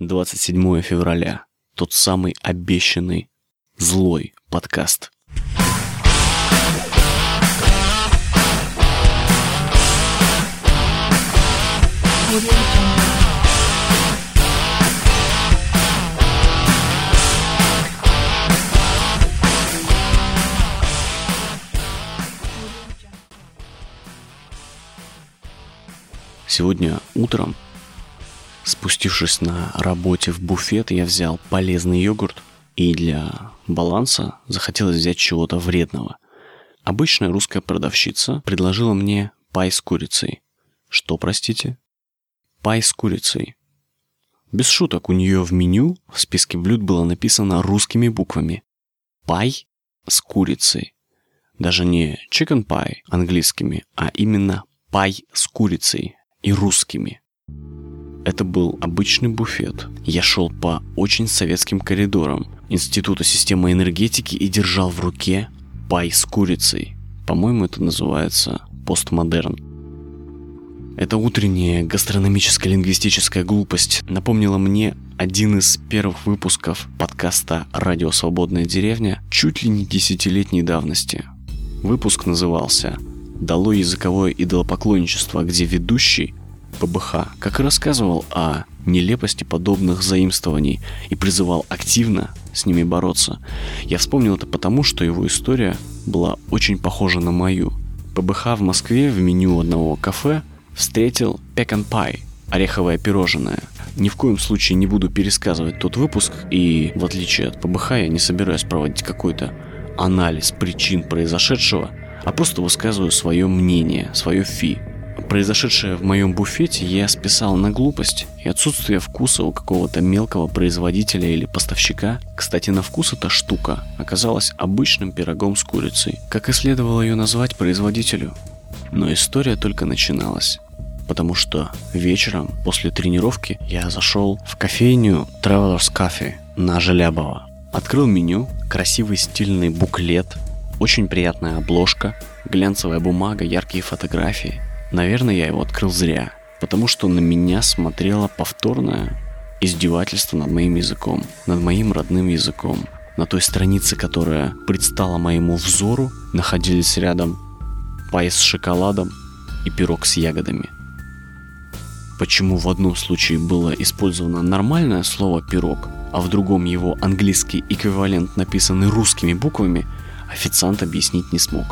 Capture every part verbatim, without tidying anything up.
двадцать седьмое февраля. Тот самый обещанный злой подкаст. Сегодня утром, спустившись на работе в буфет, я взял полезный йогурт, и для баланса захотелось взять чего-то вредного. Обычная русская продавщица предложила мне пай с курицей. Что, простите? Пай с курицей. Без шуток, у нее в меню в списке блюд было написано русскими буквами. Пай с курицей. Даже не chicken pie английскими, а именно пай с курицей и русскими. Это был обычный буфет. Я шел по очень советским коридорам Института системы энергетики и держал в руке пай с курицей. По-моему, это называется постмодерн. Эта утренняя гастрономическая лингвистическая глупость напомнила мне один из первых выпусков подкаста «Радио Свободная деревня» чуть ли не десятилетней давности. Выпуск назывался «Долой языковое идолопоклонничество», где ведущий ПБХ как и рассказывал о нелепости подобных заимствований и призывал активно с ними бороться. Я вспомнил это потому, что его история была очень похожа на мою. ПБХ в Москве в меню одного кафе встретил pecan pie, ореховое пирожное. Ни в коем случае не буду пересказывать тот выпуск, и в отличие от ПБХ я не собираюсь проводить какой-то анализ причин произошедшего, а просто высказываю свое мнение, свое фи. Произошедшее в моем буфете я списал на глупость и отсутствие вкуса у какого-то мелкого производителя или поставщика. Кстати, на вкус эта штука оказалась обычным пирогом с курицей, как и следовало ее назвать производителю. Но история только начиналась, потому что вечером после тренировки я зашел в кофейню Travelers Coffee на Желябова. Открыл меню, красивый стильный буклет, очень приятная обложка, глянцевая бумага, яркие фотографии. Наверное, я его открыл зря, потому что на меня смотрело повторное издевательство над моим языком, над моим родным языком. На той странице, которая предстала моему взору, находились рядом пай с шоколадом и пирог с ягодами. Почему в одном случае было использовано нормальное слово «пирог», а в другом его английский эквивалент, написанный русскими буквами, официант объяснить не смог.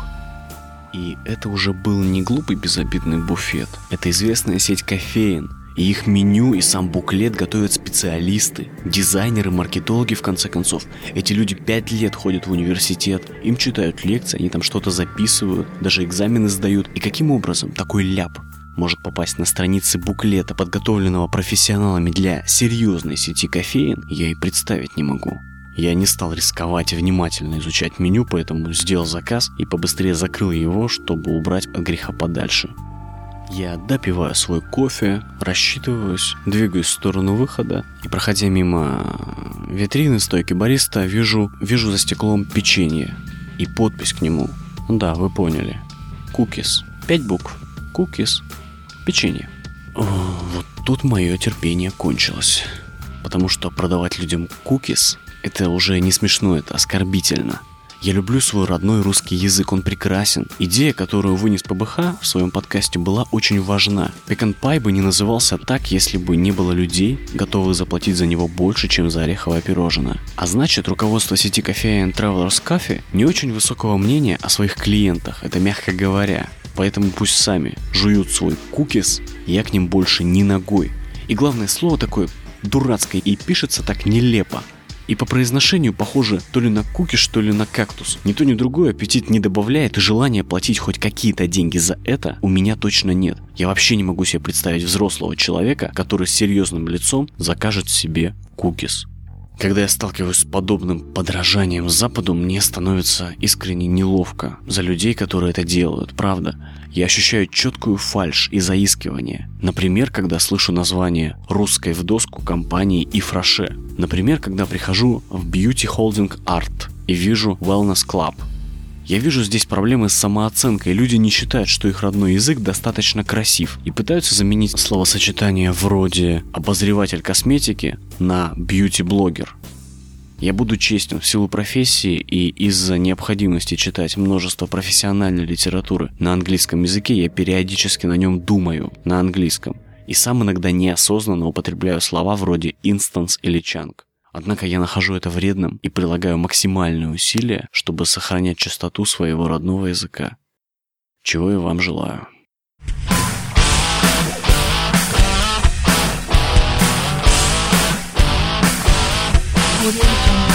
И это уже был не глупый безобидный буфет. Это известная сеть кофеен. И их меню и сам буклет готовят специалисты, дизайнеры, маркетологи, в конце концов. Эти люди пять лет ходят в университет, им читают лекции, они там что-то записывают, даже экзамены сдают. И каким образом такой ляп может попасть на страницы буклета, подготовленного профессионалами для серьезной сети кофеен, я и представить не могу. Я не стал рисковать и внимательно изучать меню, поэтому сделал заказ и побыстрее закрыл его, чтобы убрать от греха подальше. Я допиваю свой кофе, рассчитываюсь, двигаюсь в сторону выхода и, проходя мимо витрины стойки бариста, вижу, вижу за стеклом печенье и подпись к нему. Да, вы поняли. Cookies. Пять букв. Cookies. Печенье. О, вот тут мое терпение кончилось. Потому что продавать людям cookies — это уже не смешно, это оскорбительно. Я люблю свой родной русский язык, он прекрасен. Идея, которую вынес ПБХ в своем подкасте, была очень важна. Pecan pie бы не назывался так, если бы не было людей, готовых заплатить за него больше, чем за ореховое пирожное. А значит, руководство сети кофеен Travelers Coffee не очень высокого мнения о своих клиентах, это мягко говоря. Поэтому пусть сами жуют свой cookies, я к ним больше ни ногой. И главное, слово такое дурацкое и пишется так нелепо. И по произношению похоже то ли на кукиш, то ли на кактус. Ни то, ни другое аппетит не добавляет, и желания платить хоть какие-то деньги за это у меня точно нет. Я вообще не могу себе представить взрослого человека, который с серьезным лицом закажет себе кукис. Когда я сталкиваюсь с подобным подражанием Западу, мне становится искренне неловко за людей, которые это делают, правда. Я ощущаю четкую фальшь и заискивание. Например, когда слышу название русской в доску компании Ифраше. Например, когда прихожу в Beauty Holding Art и вижу Wellness Club. Я вижу здесь проблемы с самооценкой. Люди не считают, что их родной язык достаточно красив и пытаются заменить словосочетание вроде «обозреватель косметики» на «бьюти-блогер». Я буду честен, в силу профессии и из-за необходимости читать множество профессиональной литературы на английском языке, я периодически на нем думаю на английском и сам иногда неосознанно употребляю слова вроде «instance» или «chunk». Однако я нахожу это вредным и прилагаю максимальные усилия, чтобы сохранять чистоту своего родного языка. Чего я вам желаю. Audio Jungle.